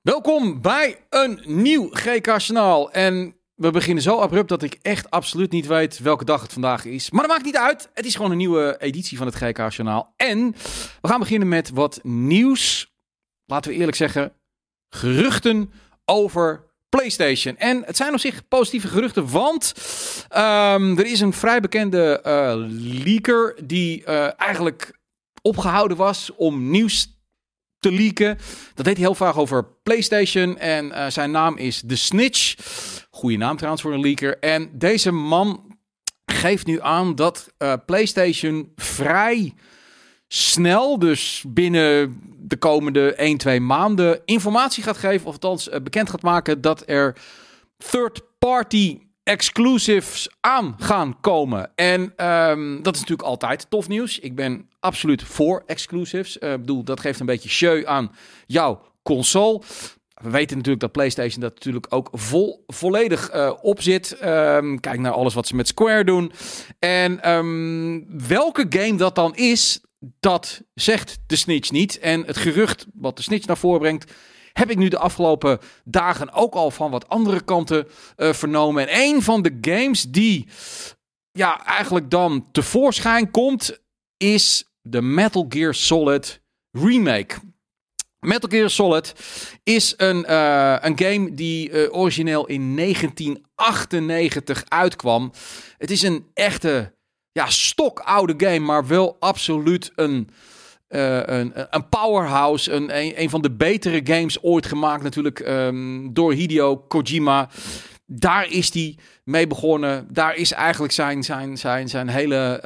Welkom bij een nieuw GK-journaal. En we beginnen zo abrupt dat ik echt absoluut niet weet welke dag het vandaag is. Maar dat maakt niet uit. Het is gewoon een nieuwe editie van het GK-journaal. En we gaan beginnen met wat nieuws. Laten we eerlijk zeggen, geruchten over PlayStation. En het zijn op zich positieve geruchten, want er is een vrij bekende leaker die eigenlijk opgehouden was om nieuws te leaken. Dat deed hij heel vaak over PlayStation en zijn naam is The Snitch. Goeie naam trouwens voor een leaker. En deze man geeft nu aan dat PlayStation vrij snel, dus binnen de komende 1-2 maanden, informatie gaat geven, of althans bekend gaat maken dat er third-party exclusives aan gaan komen. En dat is natuurlijk altijd tof nieuws. Ik ben absoluut voor exclusives. Ik bedoel, dat geeft een beetje show aan jouw console. We weten natuurlijk dat PlayStation dat natuurlijk ook volledig op zit. Kijk naar alles wat ze met Square doen. En welke game dat dan is, dat zegt de Snitch niet. En het gerucht wat de Snitch naar voren brengt, heb ik nu de afgelopen dagen ook al van wat andere kanten vernomen. En een van de games die eigenlijk dan tevoorschijn komt, is de Metal Gear Solid remake. Metal Gear Solid is een game die origineel in 1998 uitkwam. Het is een echte stokoude game, maar wel absoluut een powerhouse. Een van de betere games ooit gemaakt natuurlijk door Hideo Kojima. Daar is hij mee begonnen. Daar is eigenlijk zijn hele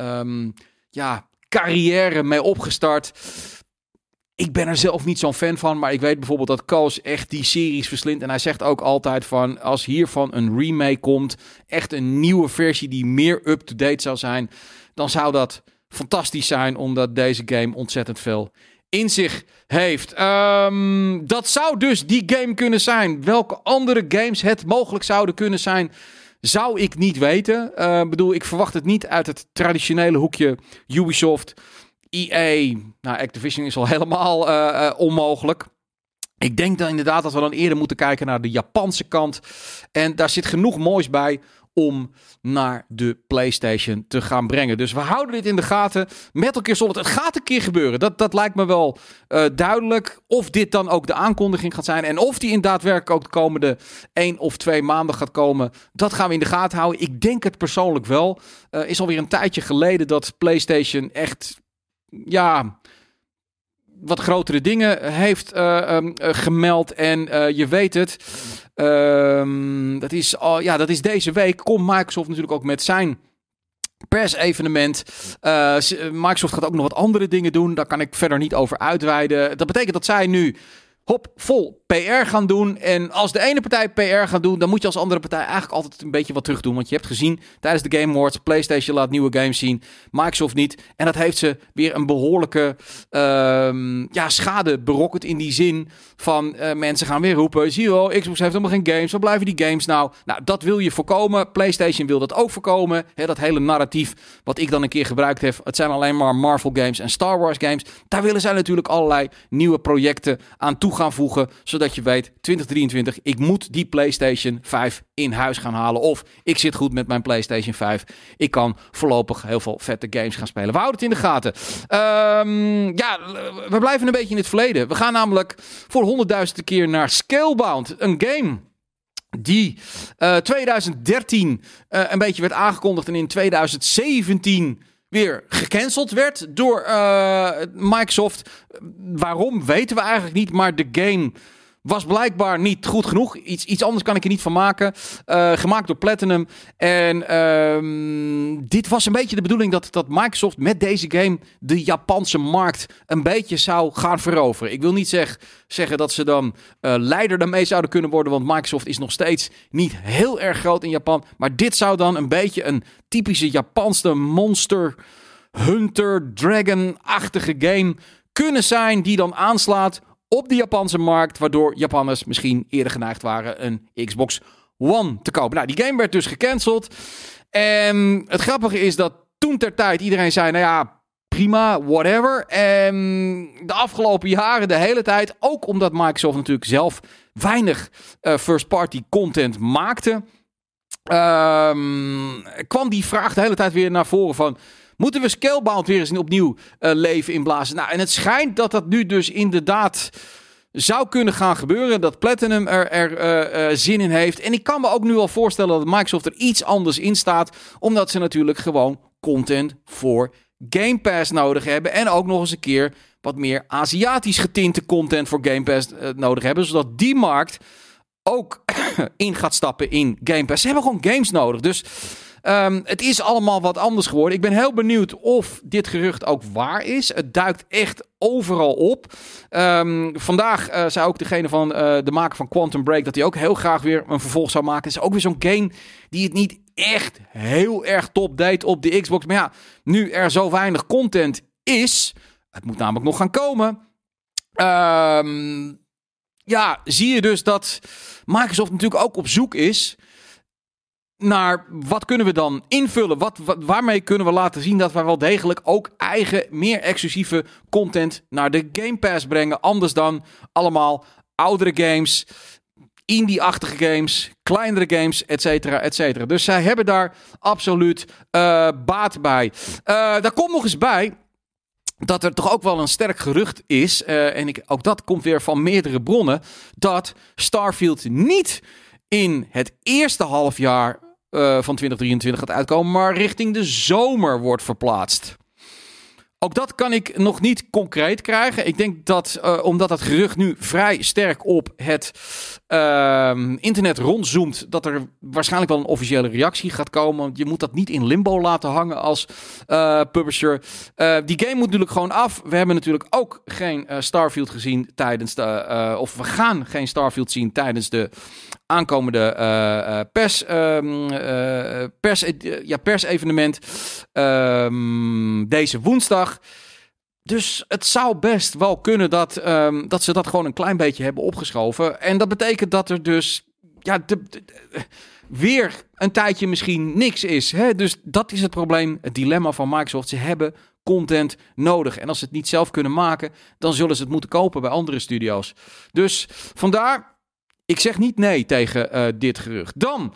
carrière mee opgestart. Ik ben er zelf niet zo'n fan van, maar ik weet bijvoorbeeld dat Koos echt die series verslindt. En hij zegt ook altijd van, als hiervan een remake komt, echt een nieuwe versie die meer up-to-date zou zijn, dan zou dat fantastisch zijn, omdat deze game ontzettend veel in zich heeft. Dat zou dus die game kunnen zijn. Welke andere games het mogelijk zouden kunnen zijn, zou ik niet weten. Ik verwacht het niet uit het traditionele hoekje Ubisoft, EA. Nou, Activision is al helemaal onmogelijk. Ik denk dan inderdaad dat we dan eerder moeten kijken naar de Japanse kant. En daar zit genoeg moois bij om naar de PlayStation te gaan brengen. Dus we houden dit in de gaten. Metal Gear Solid, het gaat een keer gebeuren. Dat lijkt me wel duidelijk. Of dit dan ook de aankondiging gaat zijn. En of die in daadwerkelijk ook de komende 1 of 2 maanden gaat komen, dat gaan we in de gaten houden. Ik denk het persoonlijk wel. Is alweer een tijdje geleden dat PlayStation echt wat grotere dingen heeft gemeld. En je weet het. Dat is deze week. Komt Microsoft natuurlijk ook met zijn persevenement. Microsoft gaat ook nog wat andere dingen doen. Daar kan ik verder niet over uitweiden. Dat betekent dat zij nu vol PR gaan doen. En als de ene partij PR gaat doen, dan moet je als andere partij eigenlijk altijd een beetje wat terug doen. Want je hebt gezien tijdens de Game Awards, PlayStation laat nieuwe games zien, Microsoft niet. En dat heeft ze weer een behoorlijke schade berokkend in die zin van mensen gaan weer roepen, zie je wel, Xbox heeft helemaal geen games, waar blijven die games nou? Nou, dat wil je voorkomen. PlayStation wil dat ook voorkomen. Dat hele narratief wat ik dan een keer gebruikt heb, het zijn alleen maar Marvel games en Star Wars games. Daar willen zij natuurlijk allerlei nieuwe projecten aan toe gaan voegen, zodat je weet, 2023, ik moet die PlayStation 5 in huis gaan halen. Of ik zit goed met mijn PlayStation 5. Ik kan voorlopig heel veel vette games gaan spelen. We houden het in de gaten. We blijven een beetje in het verleden. We gaan namelijk voor 100.000ste keer naar Scalebound. Een game die 2013 een beetje werd aangekondigd en in 2017 weer gecanceld werd door Microsoft. Waarom, weten we eigenlijk niet, maar de game was blijkbaar niet goed genoeg. Iets anders kan ik er niet van maken. Gemaakt door Platinum. En dit was een beetje de bedoeling dat Microsoft met deze game de Japanse markt een beetje zou gaan veroveren. Ik wil niet zeggen dat ze dan leider daarmee zouden kunnen worden, want Microsoft is nog steeds niet heel erg groot in Japan. Maar dit zou dan een beetje een typische Japanse Monster Hunter Dragon-achtige game kunnen zijn die dan aanslaat op de Japanse markt, waardoor Japanners misschien eerder geneigd waren een Xbox One te kopen. Nou, die game werd dus gecanceld. En het grappige is dat toen ter tijd iedereen zei, nou ja, prima, whatever. En de afgelopen jaren de hele tijd, ook omdat Microsoft natuurlijk zelf weinig first-party content maakte, kwam die vraag de hele tijd weer naar voren van, moeten we Scalebound weer eens opnieuw leven inblazen? Nou, en het schijnt dat dat nu dus inderdaad zou kunnen gaan gebeuren. Dat Platinum er zin in heeft. En ik kan me ook nu al voorstellen dat Microsoft er iets anders in staat. Omdat ze natuurlijk gewoon content voor Game Pass nodig hebben. En ook nog eens een keer wat meer Aziatisch getinte content voor Game Pass nodig hebben. Zodat die markt ook in gaat stappen in Game Pass. Ze hebben gewoon games nodig. Dus het is allemaal wat anders geworden. Ik ben heel benieuwd of dit gerucht ook waar is. Het duikt echt overal op. Vandaag zei ook degene van de maker van Quantum Break dat hij ook heel graag weer een vervolg zou maken. Het is ook weer zo'n game die het niet echt heel erg top deed op de Xbox. Maar ja, nu er zo weinig content is, het moet namelijk nog gaan komen. Ja, zie je dus dat Microsoft natuurlijk ook op zoek is naar wat kunnen we dan invullen? Waarmee kunnen we laten zien dat we wel degelijk ook eigen, meer exclusieve content naar de Game Pass brengen. Anders dan allemaal oudere games, indie-achtige games, kleinere games, et cetera, et cetera. Dus zij hebben daar absoluut baat bij. Daar komt nog eens bij dat er toch ook wel een sterk gerucht is, ook dat komt weer van meerdere bronnen, dat Starfield niet in het eerste halfjaar van 2023 gaat uitkomen, maar richting de zomer wordt verplaatst. Ook dat kan ik nog niet concreet krijgen. Ik denk dat, omdat het gerucht nu vrij sterk op het internet rondzoomt, dat er waarschijnlijk wel een officiële reactie gaat komen. Want je moet dat niet in limbo laten hangen als publisher. Die game moet natuurlijk gewoon af. We hebben natuurlijk ook geen Starfield gezien tijdens of we gaan geen Starfield zien tijdens de aankomende persevenement deze woensdag. Dus het zou best wel kunnen dat ze dat gewoon een klein beetje hebben opgeschoven. En dat betekent dat er dus weer een tijdje misschien niks is. Hè? Dus dat is het probleem, het dilemma van Microsoft. Ze hebben content nodig. En als ze het niet zelf kunnen maken, dan zullen ze het moeten kopen bij andere studio's. Dus vandaar, ik zeg niet nee tegen dit gerucht. Dan,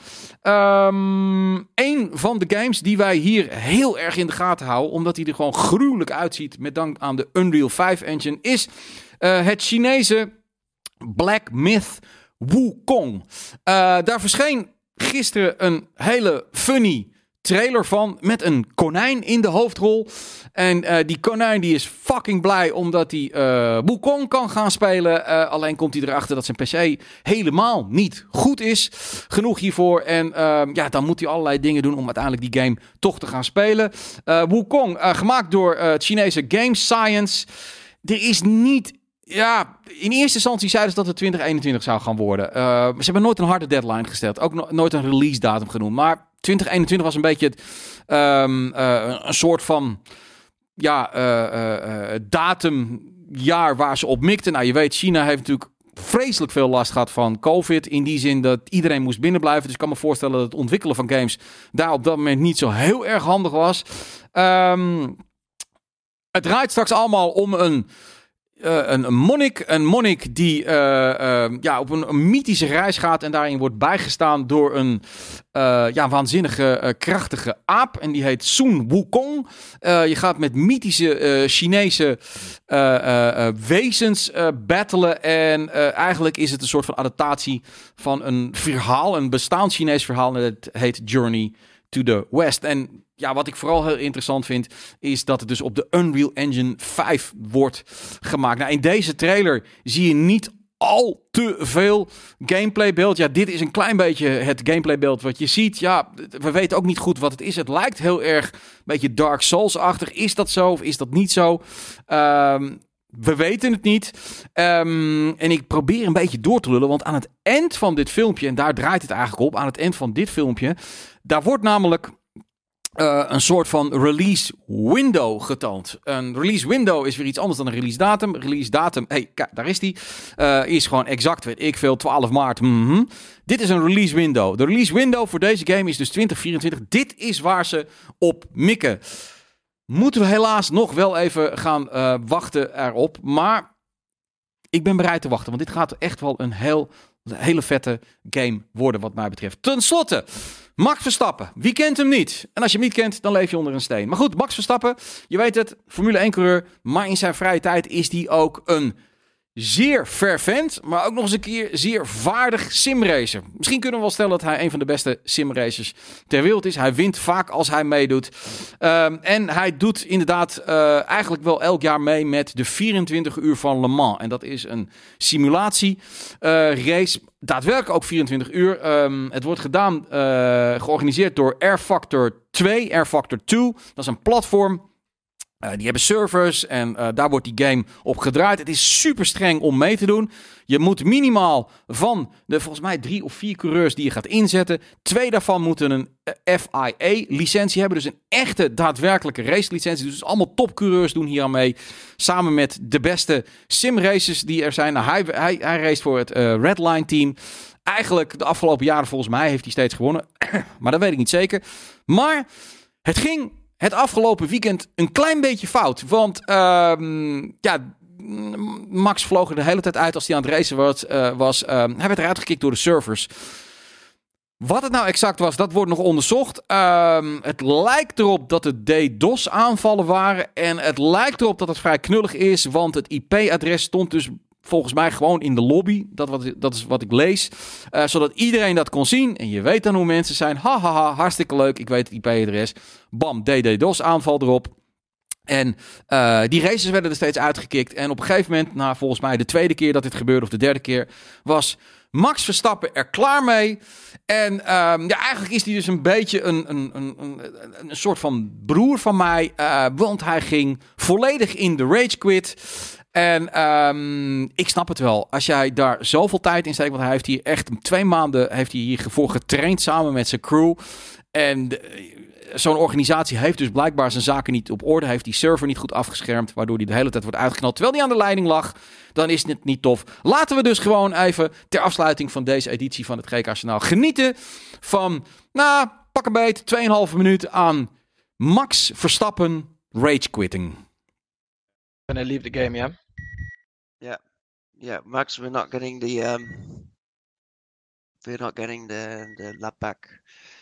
een van de games die wij hier heel erg in de gaten houden, omdat hij er gewoon gruwelijk uitziet met dank aan de Unreal 5 engine, is het Chinese Black Myth Wukong. Daar verscheen gisteren een hele funny trailer van met een konijn in de hoofdrol. En die konijn die is fucking blij omdat hij Wukong kan gaan spelen. Alleen komt hij erachter dat zijn PC helemaal niet goed is. Genoeg hiervoor. En dan moet hij allerlei dingen doen om uiteindelijk die game toch te gaan spelen. Wukong, gemaakt door het Chinese Game Science. Er is niet... Ja, in eerste instantie zeiden ze dat het 2021 zou gaan worden. Ze hebben nooit een harde deadline gesteld. Ook nooit een release datum genoemd. Maar 2021 was een beetje een soort van datumjaar waar ze op mikten. Nou, je weet, China heeft natuurlijk vreselijk veel last gehad van COVID. In die zin dat iedereen moest binnenblijven. Dus ik kan me voorstellen dat het ontwikkelen van games daar op dat moment niet zo heel erg handig was. Het draait straks allemaal om een monnik die op een mythische reis gaat en daarin wordt bijgestaan door een waanzinnige, krachtige aap. En die heet Sun Wukong. Je gaat met mythische Chinese wezens battelen. En eigenlijk is het een soort van adaptatie van een verhaal, een bestaand Chinees verhaal. En het heet Journey to the West. En ja, wat ik vooral heel interessant vind, is dat het dus op de Unreal Engine 5 wordt gemaakt. Nou, in deze trailer zie je niet al te veel gameplaybeeld. Ja, dit is een klein beetje het gameplaybeeld wat je ziet. Ja, we weten ook niet goed wat het is. Het lijkt heel erg een beetje Dark Souls-achtig. Is dat zo of is dat niet zo? We weten het niet. En ik probeer een beetje door te lullen, want aan het eind van dit filmpje, en daar draait het eigenlijk op, aan het eind van dit filmpje, daar wordt namelijk een soort van release window getoond. Een release window is weer iets anders dan een release datum. Release datum, kijk, daar is die. Is gewoon exact, weet ik veel, 12 maart. Dit is een release window. De release window voor deze game is dus 2024. Dit is waar ze op mikken. moeten we helaas nog wel even gaan wachten erop. Maar ik ben bereid te wachten, want dit gaat echt wel een hele vette game worden wat mij betreft. Ten slotte, Max Verstappen. Wie kent hem niet? En als je hem niet kent, dan leef je onder een steen. Maar goed, Max Verstappen, je weet het, Formule 1 coureur. Maar in zijn vrije tijd is hij ook een zeer fervent, maar ook nog eens een keer zeer vaardig simracer. Misschien kunnen we wel stellen dat hij een van de beste simracers ter wereld is. Hij wint vaak als hij meedoet. En hij doet inderdaad eigenlijk wel elk jaar mee met de 24 uur van Le Mans. En dat is een simulatie race. Daadwerkelijk ook 24 uur. Het wordt gedaan, georganiseerd door Air Factor 2. Air Factor 2, dat is een platform. Die hebben servers en daar wordt die game op gedraaid. Het is super streng om mee te doen. Je moet minimaal van de volgens mij 3 of 4 coureurs die je gaat inzetten. 2 daarvan moeten een FIA-licentie hebben. Dus een echte daadwerkelijke race-licentie. Dus allemaal topcoureurs doen hier aan mee. Samen met de beste simracers die er zijn. Nou, hij race voor het Redline team. Eigenlijk de afgelopen jaren volgens mij heeft hij steeds gewonnen. Maar dat weet ik niet zeker. Maar het ging het afgelopen weekend een klein beetje fout. Want Max vloog er de hele tijd uit als hij aan het racen was. Hij werd eruit gekikt door de servers. Wat het nou exact was, dat wordt nog onderzocht. Het lijkt erop dat het DDoS aanvallen waren. En het lijkt erop dat het vrij knullig is. Want het IP-adres stond dus volgens mij gewoon in de lobby. Dat is wat ik lees. Zodat iedereen dat kon zien. En je weet dan hoe mensen zijn. Hahaha, hartstikke leuk. Ik weet het IP-adres. Bam, DDoS aanval erop. En die races werden er steeds uitgekikt. En op een gegeven moment, volgens mij de tweede keer dat dit gebeurde, of de derde keer, was Max Verstappen er klaar mee. En eigenlijk is hij dus een beetje een soort van broer van mij. Want hij ging volledig in de rage quit. En ik snap het wel. Als jij daar zoveel tijd in steekt, want hij heeft hier echt 2 maanden hiervoor getraind samen met zijn crew. En zo'n organisatie heeft dus blijkbaar zijn zaken niet op orde. Heeft die server niet goed afgeschermd, waardoor hij de hele tijd wordt uitgeknald terwijl hij aan de leiding lag. Dan is het niet tof. Laten we dus gewoon even ter afsluiting van deze editie van het GK-journaal genieten van, pak een beet, 2,5 minuten aan Max Verstappen rage quitting. Gonna leave the game, yeah? Yeah, Max, we're not getting the lap back.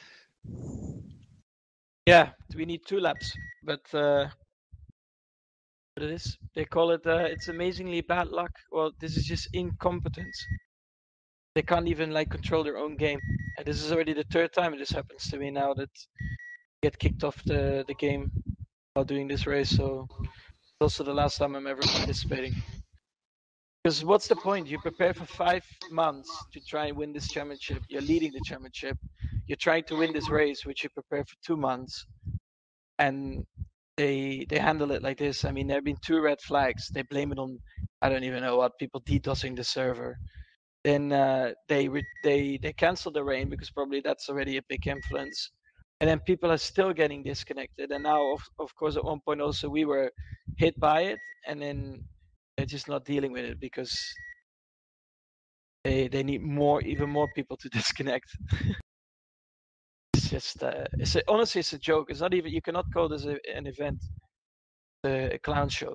Yeah, we need 2 laps, but what it is, they call it it's amazingly bad luck. Well, this is just incompetence. They can't even control their own game, and this is already the 3rd time this happens to me now that I get kicked off the game while doing this race. So it's also the last time I'm ever participating. Because what's the point? You prepare for 5 months to try and win this championship. You're leading the championship. You're trying to win this race, which you prepare for 2 months, and they handle it like this. I mean, there have been 2 red flags. They blame it on, I don't even know what, people DDoSing the server. Then they cancel the rain because probably that's already a big influence. And then people are still getting disconnected. And now, of course, at one point also we were hit by it, and then they're just not dealing with it because they need even more people to disconnect. It's just honestly, it's a joke. It's not even, you cannot call this an event, a clown show.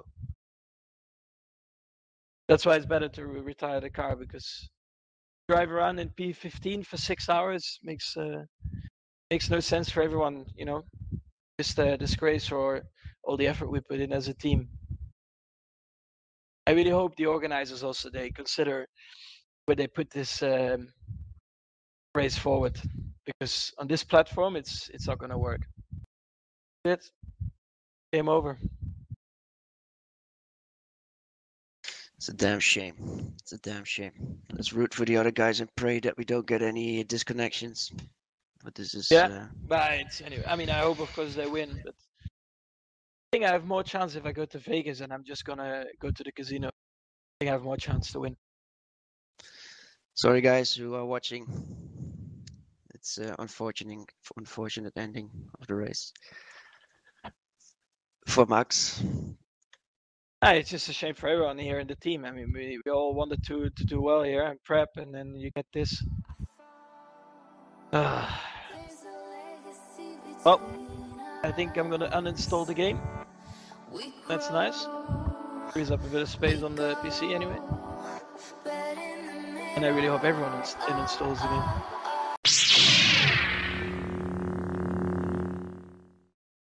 That's why it's better to retire the car, because drive around in P15 for 6 hours makes no sense for everyone, you know. Just a disgrace for all the effort we put in as a team. I really hope the organizers also, they consider where they put this race forward, because on this platform it's not gonna work. That's it. Game over. It's a damn shame. It's a damn shame. Let's root for the other guys and pray that we don't get any disconnections. But this is but it's, anyway, I mean, I hope of course they win, but I think I have more chance if I go to Vegas and I'm just gonna go to the casino. I think I have more chance to win. Sorry guys who are watching. It's unfortunate ending of the race for Max. It's just a shame for everyone here in the team. I mean, we all wanted to do well here and prep, and then you get this. Well, I think I'm gonna uninstall the game. That's nice. Frees up a bit of space on the PC anyway. And I really hope everyone installs the game.